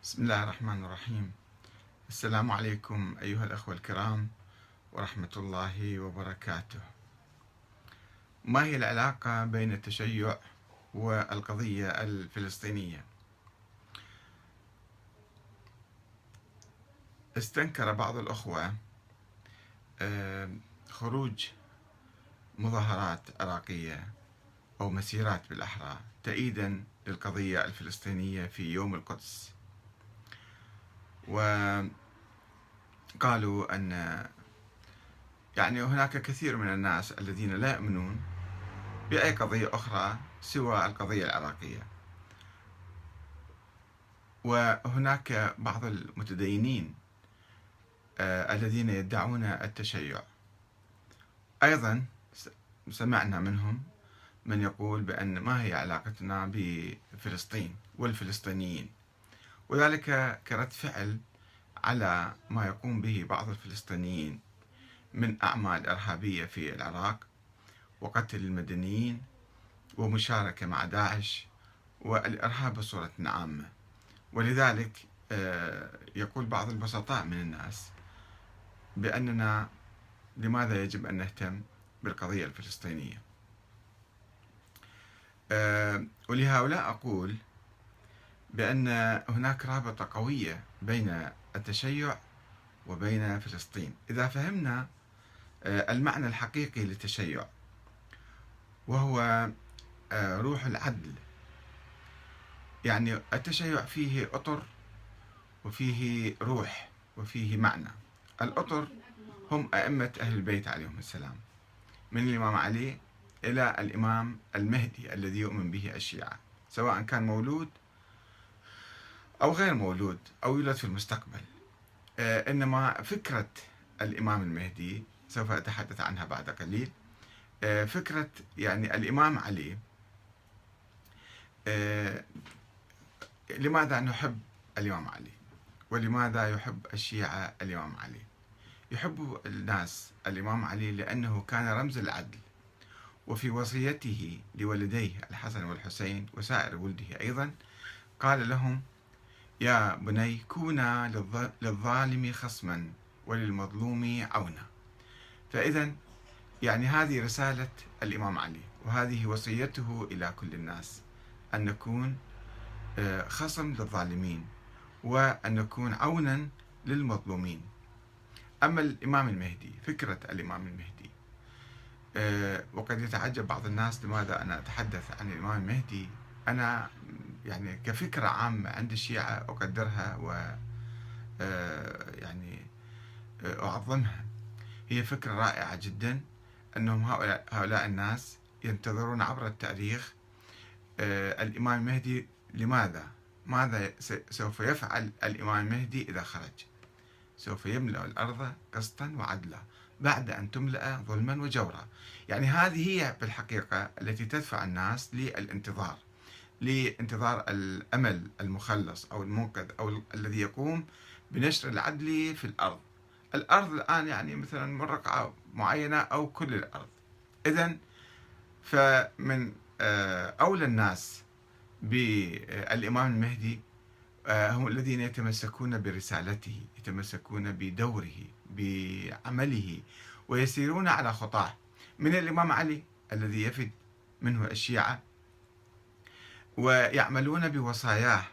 بسم الله الرحمن الرحيم. السلام عليكم أيها الأخوة الكرام ورحمة الله وبركاته. ما هي العلاقة بين التشيع والقضية الفلسطينية؟ استنكر بعض الأخوة خروج مظاهرات عراقية أو مسيرات بالأحرى تأييدا للقضية الفلسطينية في يوم القدس، وقالوا أن هناك كثير من الناس الذين لا يؤمنون بأي قضية أخرى سوى القضية العراقية، وهناك بعض المتدينين الذين يدعون التشيع. أيضا سمعنا منهم من يقول بأن ما هي علاقتنا بفلسطين والفلسطينيين، وذلك كرد فعل على ما يقوم به بعض الفلسطينيين من أعمال إرهابية في العراق وقتل المدنيين ومشاركة مع داعش والإرهاب بصورة عامة. ولذلك يقول بعض البسطاء من الناس بأننا لماذا يجب أن نهتم بالقضية الفلسطينية. ولهؤلاء أقول بأن هناك رابطة قوية بين التشيع وبين فلسطين إذا فهمنا المعنى الحقيقي للتشيع، وهو روح العدل. يعني التشيع فيه أطر وفيه روح وفيه معنى. الأطر هم أئمة أهل البيت عليهم السلام، من الإمام علي إلى الإمام المهدي الذي يؤمن به الشيعة، سواء كان مولود أو غير مولود أو يولد في المستقبل. إنما فكرة الإمام المهدي سوف أتحدث عنها بعد قليل. فكرة الإمام علي، لماذا نحب الإمام علي ولماذا يحب الشيعة الإمام علي؟ يحب الناس الإمام علي لأنه كان رمز العدل، وفي وصيته لولديه الحسن والحسين وسائر ولده أيضا قال لهم: يا بني كونا للظالم خصما وللمظلوم عونا. فإذا هذه رسالة الإمام علي، وهذه وصيته إلى كل الناس، أن نكون خصم للظالمين وأن نكون عونا للمظلومين. أما الإمام المهدي، فكرة الإمام المهدي، وقد يتعجب بعض الناس لماذا أنا أتحدث عن الإمام المهدي. أنا كفكرة عامة عند الشيعة أقدرها و أعظمها. هي فكرة رائعة جدا، أنهم هؤلاء الناس ينتظرون عبر التاريخ الإمام المهدي. ماذا سوف يفعل الإمام المهدي إذا خرج؟ سوف يملأ الأرض قسطا وعدلا بعد أن تملأ ظلما وجورا. هذه هي بالحقيقة التي تدفع الناس لانتظار الأمل المخلص أو المنقذ أو الذي يقوم بنشر العدل في الأرض الآن، مثلا مرقعة معينة أو كل الأرض. إذن فمن أولى الناس بالإمام المهدي هم الذين يتمسكون برسالته، يتمسكون بدوره، بعمله، ويسيرون على خطاه، من الإمام علي الذي يفد منه الشيعة ويعملون بوصاياه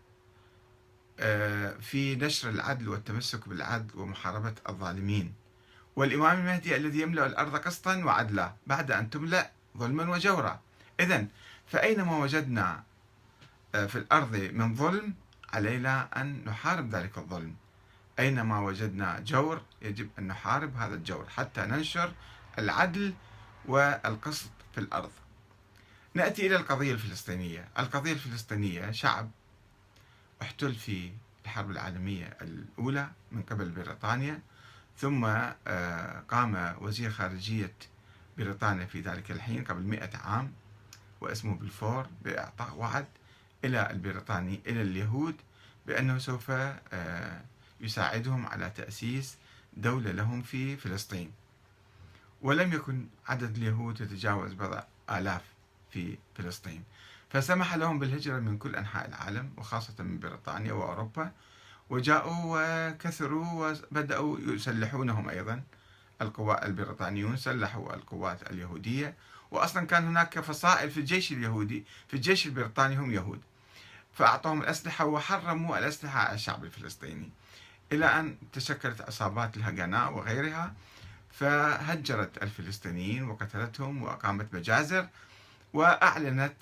في نشر العدل والتمسك بالعدل ومحاربة الظالمين، والإمام المهدي الذي يملأ الأرض قسطا وعدلا بعد أن تملأ ظلما وجورا. إذن فأينما وجدنا في الأرض من ظلم علينا أن نحارب ذلك الظلم، أينما وجدنا جور يجب أن نحارب هذا الجور حتى ننشر العدل والقسط في الأرض. نأتي إلى القضية الفلسطينية. القضية الفلسطينية شعب احتل في الحرب العالمية الأولى من قبل بريطانيا، ثم قام وزير خارجية بريطانيا في ذلك الحين قبل 100 عام واسمه بلفور بإعطاء وعد إلى اليهود بأنه سوف يساعدهم على تأسيس دولة لهم في فلسطين. ولم يكن عدد اليهود يتجاوز بضع آلاف في فلسطين. فسمح لهم بالهجرة من كل أنحاء العالم وخاصة من بريطانيا وأوروبا، وجاءوا وكثروا وبدأوا يسلحونهم أيضا. البريطانيون سلحوا القوات اليهودية، وأصلا كان هناك فصائل في الجيش اليهودي، في الجيش البريطاني هم يهود، فأعطوهم الأسلحة وحرموا الأسلحة على الشعب الفلسطيني، إلى أن تشكلت عصابات الهجناء وغيرها، فهجرت الفلسطينيين وقتلتهم وأقامت مجازر، وأعلنت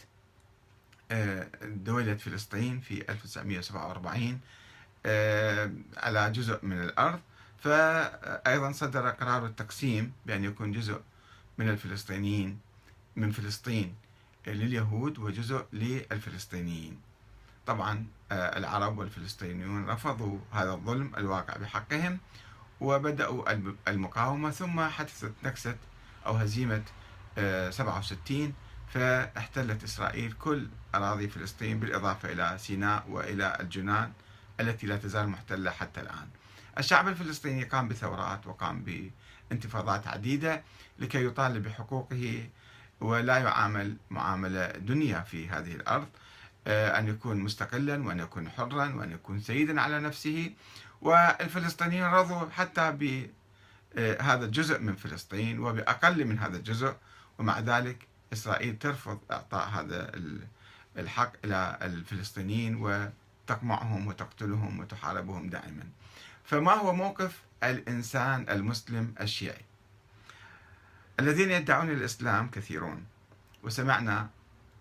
دولة فلسطين في 1947 على جزء من الأرض. فأيضا صدر قرار التقسيم بأن يكون جزء من الفلسطينيين من فلسطين لليهود وجزء للفلسطينيين. طبعا العرب والفلسطينيون رفضوا هذا الظلم الواقع بحقهم، وبدأوا المقاومة، ثم حدثت نكسة أو هزيمة 67، فاحتلت إسرائيل كل أراضي فلسطين بالإضافة إلى سيناء وإلى الجنان التي لا تزال محتلة حتى الآن. الشعب الفلسطيني قام بثورات وقام بانتفاضات عديدة لكي يطالب بحقوقه، ولا يعامل معاملة دنيا في هذه الأرض، أن يكون مستقلا وأن يكون حرا وأن يكون سيدا على نفسه. والفلسطينيين رضوا حتى بهذا الجزء من فلسطين وبأقل من هذا الجزء، ومع ذلك إسرائيل ترفض إعطاء هذا الحق إلى الفلسطينيين وتقمعهم وتقتلهم وتحاربهم دائما. فما هو موقف الإنسان المسلم الشيعي؟ الذين يدعون الإسلام كثيرون، وسمعنا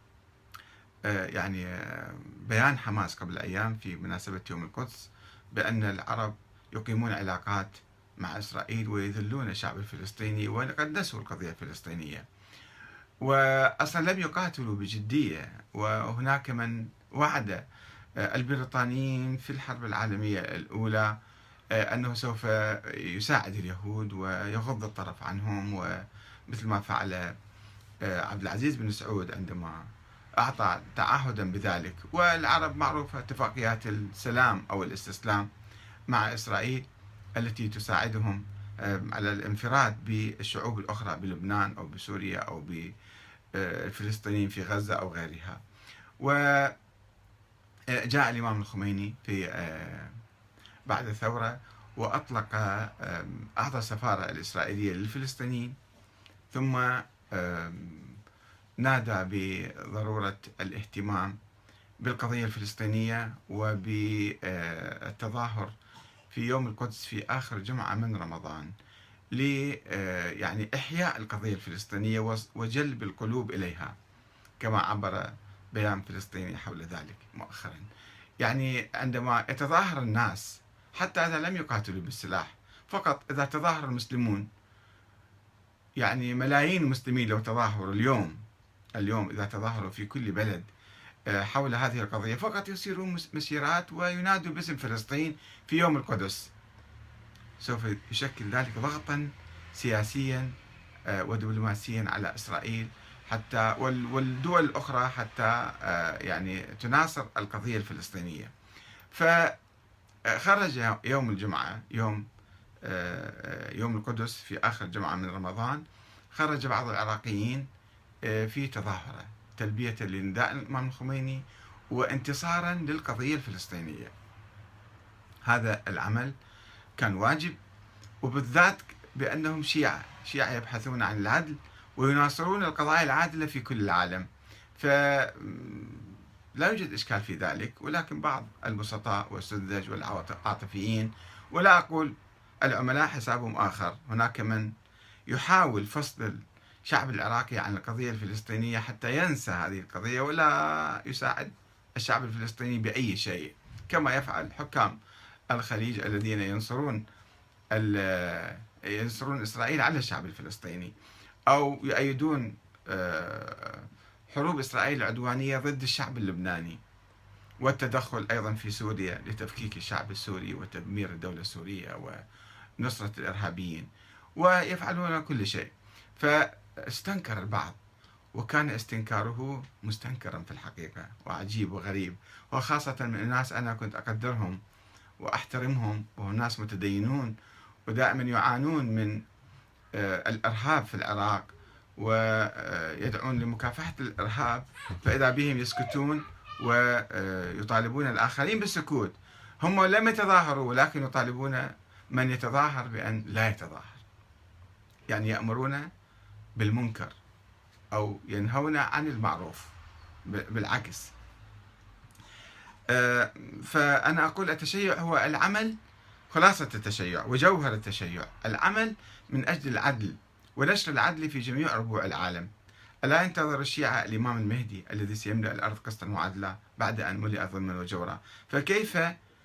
بيان حماس قبل أيام في مناسبة يوم القدس بأن العرب يقيمون علاقات مع إسرائيل ويذلون الشعب الفلسطيني وقد نسوا القضية الفلسطينية، وأصلا لم يقاتلوا بجدية. وهناك من وعد البريطانيين في الحرب العالمية الأولى أنه سوف يساعد اليهود ويغض الطرف عنهم، ومثل ما فعل عبد العزيز بن سعود عندما أعطى تعهدا بذلك. والعرب معروفة اتفاقيات السلام أو الاستسلام مع إسرائيل التي تساعدهم على الانفراد بالشعوب الأخرى بلبنان أو بسوريا أو بالفلسطينيين في غزة أو غيرها. وجاء الإمام الخميني في بعد الثورة وأطلق أعطى السفارة الإسرائيلية للفلسطينيين، ثم نادى بضرورة الاهتمام بالقضية الفلسطينية وبالتظاهر في يوم القدس في آخر جمعة من رمضان إحياء القضية الفلسطينية وجلب القلوب إليها، كما عبر بيان فلسطيني حول ذلك مؤخرا. عندما يتظاهر الناس حتى إذا لم يقاتلوا بالسلاح، فقط إذا تظاهر المسلمون، ملايين المسلمين لو تظاهروا اليوم إذا تظاهروا في كل بلد حول هذه القضية، فقط يسيرون مسيرات وينادوا باسم فلسطين في يوم القدس، سوف يشكل ذلك ضغطا سياسيا ودبلوماسيا على إسرائيل حتى والدول الأخرى حتى تناصر القضية الفلسطينية. فخرج يوم الجمعة يوم القدس في آخر جمعة من رمضان، خرج بعض العراقيين في تظاهرة تلبية لنداء الإمام الخميني وانتصارا للقضية الفلسطينية. هذا العمل كان واجب، وبالذات بأنهم شيعة يبحثون عن العدل ويناصرون القضايا العادلة في كل العالم، فلا يوجد إشكال في ذلك. ولكن بعض البسطاء والسذج والعاطفيين، ولا أقول العملاء حسابهم آخر، هناك من يحاول فصل الشعب العراقي عن القضية الفلسطينية حتى ينسى هذه القضية ولا يساعد الشعب الفلسطيني بأي شيء، كما يفعل حكام الخليج الذين ينصرون إسرائيل على الشعب الفلسطيني، أو يؤيدون حروب إسرائيل العدوانية ضد الشعب اللبناني، والتدخل أيضا في سوريا لتفكيك الشعب السوري وتدمير الدولة السورية ونصرة الإرهابيين، ويفعلون كل شيء. فاستنكر البعض، وكان استنكاره مستنكرا في الحقيقة وعجيب وغريب، وخاصة من الناس أنا كنت أقدرهم وأحترمهم، وهم ناس متدينون ودائما يعانون من الإرهاب في العراق ويدعون لمكافحة الإرهاب، فإذا بهم يسكتون ويطالبون الآخرين بالسكوت. هم لم يتظاهروا ولكن يطالبون من يتظاهر بأن لا يتظاهر، يعني يأمرون بالمنكر أو ينهون عن المعروف بالعكس. فأنا أقول التشيع هو العمل، خلاصة التشيع وجوهر التشيع العمل من أجل العدل ونشر العدل في جميع ربوع العالم. ألا ينتظر الشيعة الإمام المهدي الذي سيملأ الأرض قسطا وعدلا بعد أن ملئ ظلما وجورا؟ فكيف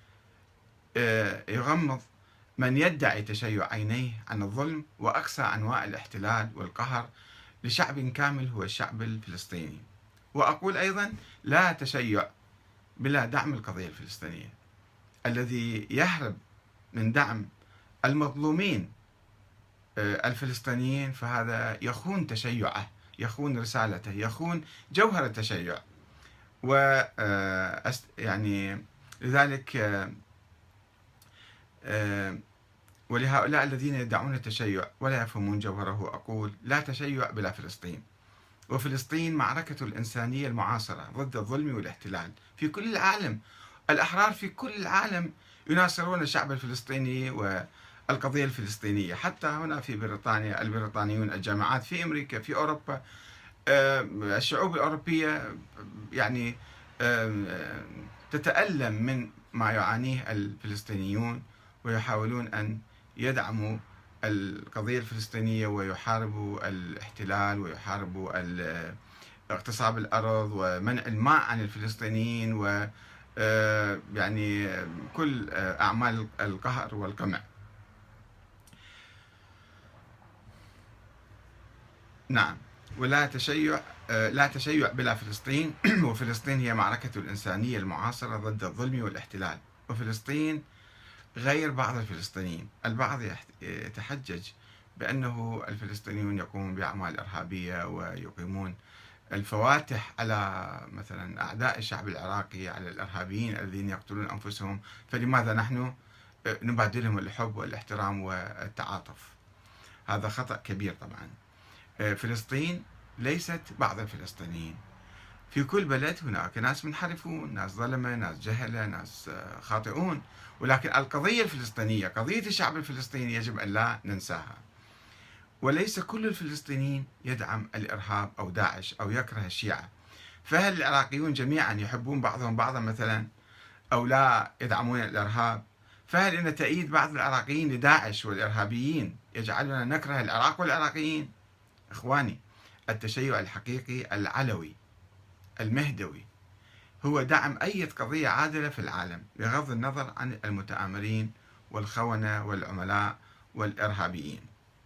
يغمض من يدعي تشيع عينيه عن الظلم وأقصى أنواع الاحتلال والقهر لشعب كامل هو الشعب الفلسطيني؟ وأقول أيضا لا تشيع بلا دعم القضية الفلسطينية. الذي يهرب من دعم المظلومين الفلسطينيين فهذا يخون تشيعه، يخون رسالته، يخون جوهر التشيع. و يعني لذلك ولهؤلاء الذين يدعون التشيع ولا يفهمون جوهره أقول لا تشيع بلا فلسطين. وفلسطين معركة الإنسانية المعاصرة ضد الظلم والاحتلال في كل العالم. الأحرار في كل العالم يناصرون الشعب الفلسطيني والقضية الفلسطينية، حتى هنا في بريطانيا البريطانيون، الجامعات في أمريكا، في أوروبا، الشعوب الأوروبية يعني تتألم من ما يعانيه الفلسطينيون، ويحاولون أن يدعموا القضية الفلسطينية ويحاربوا الاحتلال ويحاربوا اغتصاب الأرض ومنع الماء عن الفلسطينيين و يعني كل أعمال القهر والقمع. نعم، ولا تشيع لا تشيع بلا فلسطين. وفلسطين هي معركة الإنسانية المعاصرة ضد الظلم والاحتلال. وفلسطين غير بعض الفلسطينيين. البعض يتحجج بأنه الفلسطينيون يقومون بأعمال إرهابية ويقيمون الفواتح على مثلا أعداء الشعب العراقي، على الإرهابيين الذين يقتلون أنفسهم، فلماذا نحن نبادلهم الحب والاحترام والتعاطف؟ هذا خطأ كبير طبعا. فلسطين ليست بعض الفلسطينيين. في كل بلد هناك ناس منحرفون، ناس ظلمة، ناس جهلة، ناس خاطئون، ولكن القضية الفلسطينية، قضية الشعب الفلسطيني يجب أن لا ننساها. وليس كل الفلسطينيين يدعم الإرهاب أو داعش أو يكره الشيعة. فهل العراقيون جميعا يحبون بعضهم بعضا مثلا أو لا يدعمون الإرهاب؟ فهل إن تأييد بعض العراقيين لداعش والإرهابيين يجعلنا نكره العراق والعراقيين؟ إخواني، التشيع الحقيقي العلوي المهدوي هو دعم أي قضية عادلة في العالم بغض النظر عن المتآمرين والخونة والعملاء والإرهابيين.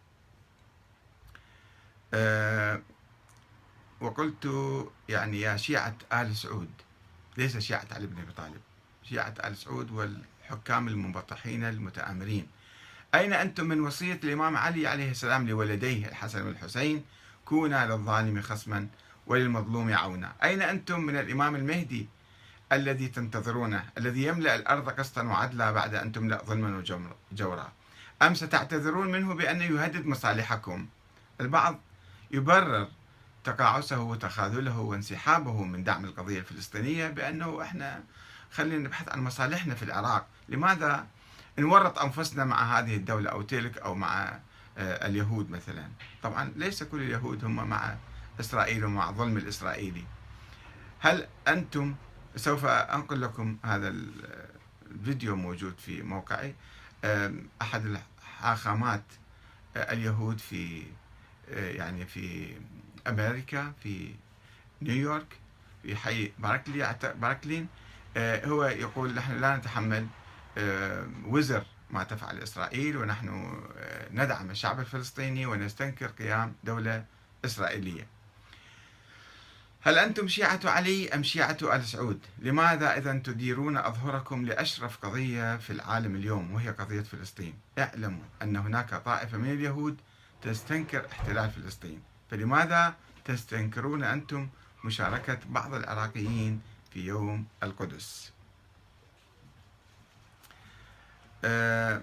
وقلت يعني يا شيعة آل سعود، ليس شيعة علي بن أبي طالب، شيعة آل سعود والحكام المنبطحين المتآمرين، أين أنتم من وصية الإمام علي عليه السلام لولديه الحسن والحسين: كونا للظالم خصما وللمظلوم عونا؟ أين أنتم من الإمام المهدي الذي تنتظرونه، الذي يملأ الأرض قسطا وعدلا بعد أن تملأ ظلما وجورا؟ أم ستعتذرون منه بأنه يهدد مصالحكم؟ البعض يبرر تقاعسه وتخاذله وانسحابه من دعم القضية الفلسطينية بأنه إحنا خلينا نبحث عن مصالحنا في العراق، لماذا نورط أنفسنا مع هذه الدولة أو تلك أو مع اليهود مثلا؟ طبعا ليس كل اليهود هم مع إسرائيل ومع الظلم الإسرائيلي. هل أنتم، سوف أنقل لكم هذا الفيديو موجود في موقعي، أحد الحاخامات اليهود في يعني في أمريكا، في نيويورك، في حي باركلين، هو يقول: نحن لا نتحمل وزر ما تفعل إسرائيل، ونحن ندعم الشعب الفلسطيني ونستنكر قيام دولة إسرائيلية. هل أنتم شيعة علي أم شيعة آل سعود؟ لماذا إذا تديرون أظهركم لأشرف قضية في العالم اليوم وهي قضية فلسطين؟ اعلموا أن هناك طائفة من اليهود تستنكر احتلال فلسطين، فلماذا تستنكرون أنتم مشاركة بعض العراقيين في يوم القدس؟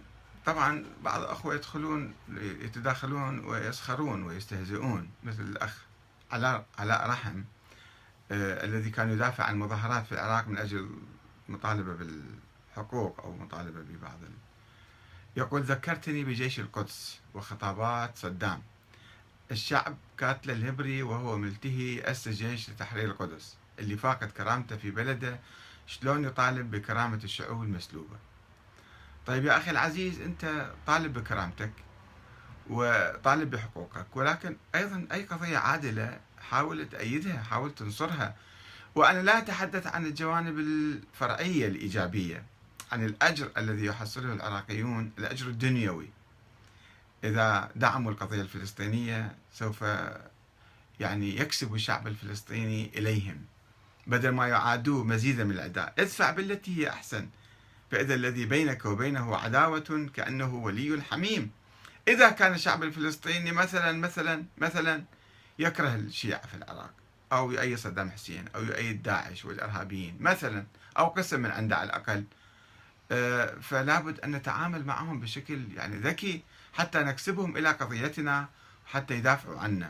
طبعا بعض الأخوة يدخلون يتداخلون ويسخرون ويستهزئون، مثل الأخ علاء رحم الذي كان يدافع عن مظاهرات في العراق من أجل مطالبة بالحقوق أو مطالبة ببعض يقول: ذكرتني بجيش القدس وخطابات صدام، الشعب كاتل الهبري وهو ملتهي أسس جيش لتحرير القدس اللي فاقد كرامته في بلده، شلون يطالب بكرامة الشعوب المسلوبة؟ طيب يا أخي العزيز، أنت طالب بكرامتك وطالب بحقوقك، ولكن أيضا أي قضية عادلة حاول تأيدها، حاول تنصرها. وأنا لا أتحدث عن الجوانب الفرعية الإيجابية، عن الأجر الذي يحصله العراقيون، الأجر الدنيوي. إذا دعموا القضية الفلسطينية سوف يكسب الشعب الفلسطيني إليهم، بدل ما يعادوه مزيدا من العداء. ادفع بالتي هي أحسن، فإذا الذي بينك وبينه عداوة كأنه ولي حميم. إذا كان الشعب الفلسطيني مثلا يكره الشيعة في العراق، أو يؤيد صدام حسين، أو يؤيد داعش والإرهابيين مثلا، أو قسم من عنده على الأقل، فلا بد أن نتعامل معهم بشكل ذكي حتى نكسبهم إلى قضيتنا، حتى يدافعوا عنا.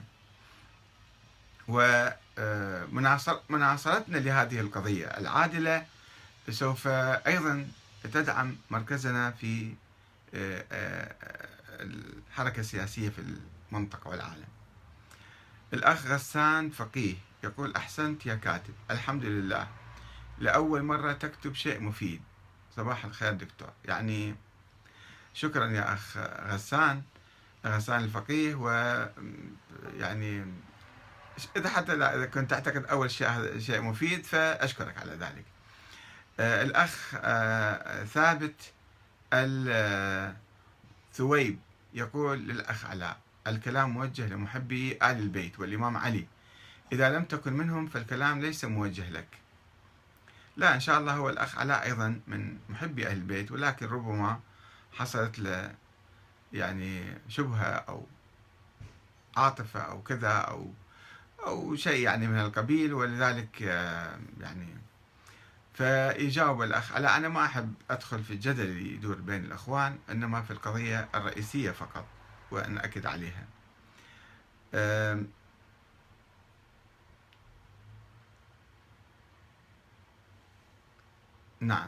ومناصرتنا لهذه القضية العادلة سوف أيضا تدعم مركزنا في الحركة السياسية في المنطقة والعالم. الأخ غسان فقيه يقول: أحسنت يا كاتب، الحمد لله، لأول مرة تكتب شيء مفيد. صباح الخير دكتور. شكرا يا أخ غسان الفقيه. و إذا إذا كنت تعتقد أول شيء هذا شيء مفيد فأشكرك على ذلك. الأخ ثابت الثويب يقول للأخ علاء: الكلام موجه لمحبي آل البيت والإمام علي، إذا لم تكن منهم فالكلام ليس موجه لك. لا، إن شاء الله هو الأخ علاء أيضا من محبي أهل البيت، ولكن ربما حصلت له شبهة أو عاطفة أو كذا أو شيء من القبيل، ولذلك فيجاوب الأخ علاء: أنا ما أحب أدخل في الجدل اللي يدور بين الأخوان، إنما في القضية الرئيسية فقط وأن أكد عليها. نعم.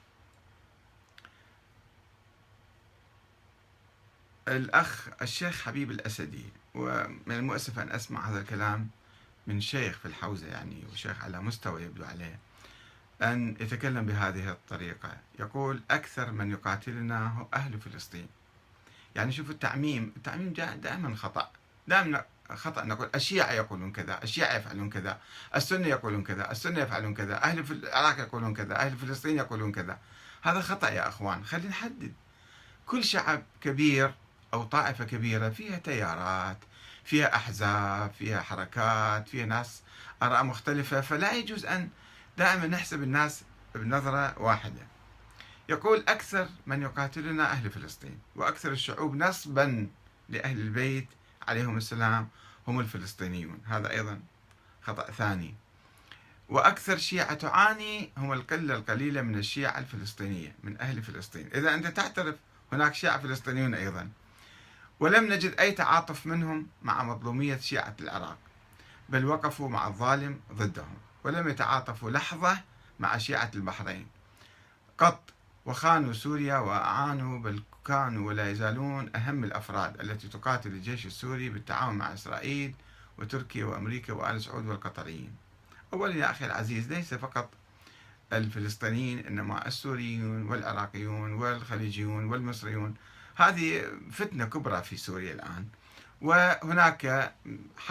الأخ الشيخ حبيب الأسدي، ومن المؤسف أن أسمع هذا الكلام من شيخ في الحوزة وشيخ على مستوى يبدو عليه، أن يتكلم بهذه الطريقة. يقول: أكثر من يقاتلنا هو أهل فلسطين. شوف التعميم دائما خطأ، دائما خطأ. نقول الشيعة يقولون كذا، الشيعة يفعلون كذا، السنة يقولون كذا، السنة يفعلون كذا، أهل العراق يقولون كذا، أهل فلسطين يقولون كذا. هذا خطأ يا أخوان. خلينا نحدد. كل شعب كبير أو طائفة كبيرة فيها تيارات، فيها أحزاب، فيها حركات، فيها ناس آراء مختلفة، فلا يجوز أن دائما نحسب الناس بنظرة واحدة. يقول: أكثر من يقاتلنا أهل فلسطين، وأكثر الشعوب نصبا لأهل البيت عليهم السلام هم الفلسطينيون. هذا أيضا خطأ ثاني. وأكثر شيعة تعاني هم القلة القليلة من الشيعة الفلسطينية من أهل فلسطين. إذا أنت تعترف هناك شيعة فلسطينيون أيضا، ولم نجد أي تعاطف منهم مع مظلومية شيعة العراق، بل وقفوا مع الظالم ضدهم، ولم يتعاطفوا لحظة مع شيعة البحرين قط، وخانوا سوريا وأعانوا، بل كانوا ولا يزالون أهم الأفراد التي تقاتل الجيش السوري بالتعاون مع إسرائيل وتركيا وأمريكا وآل سعود والقطريين. أولا يا أخي العزيز، ليس فقط الفلسطينيين، إنما السوريون والعراقيون والخليجيون والمصريون. هذه فتنة كبرى في سوريا الآن، وهناك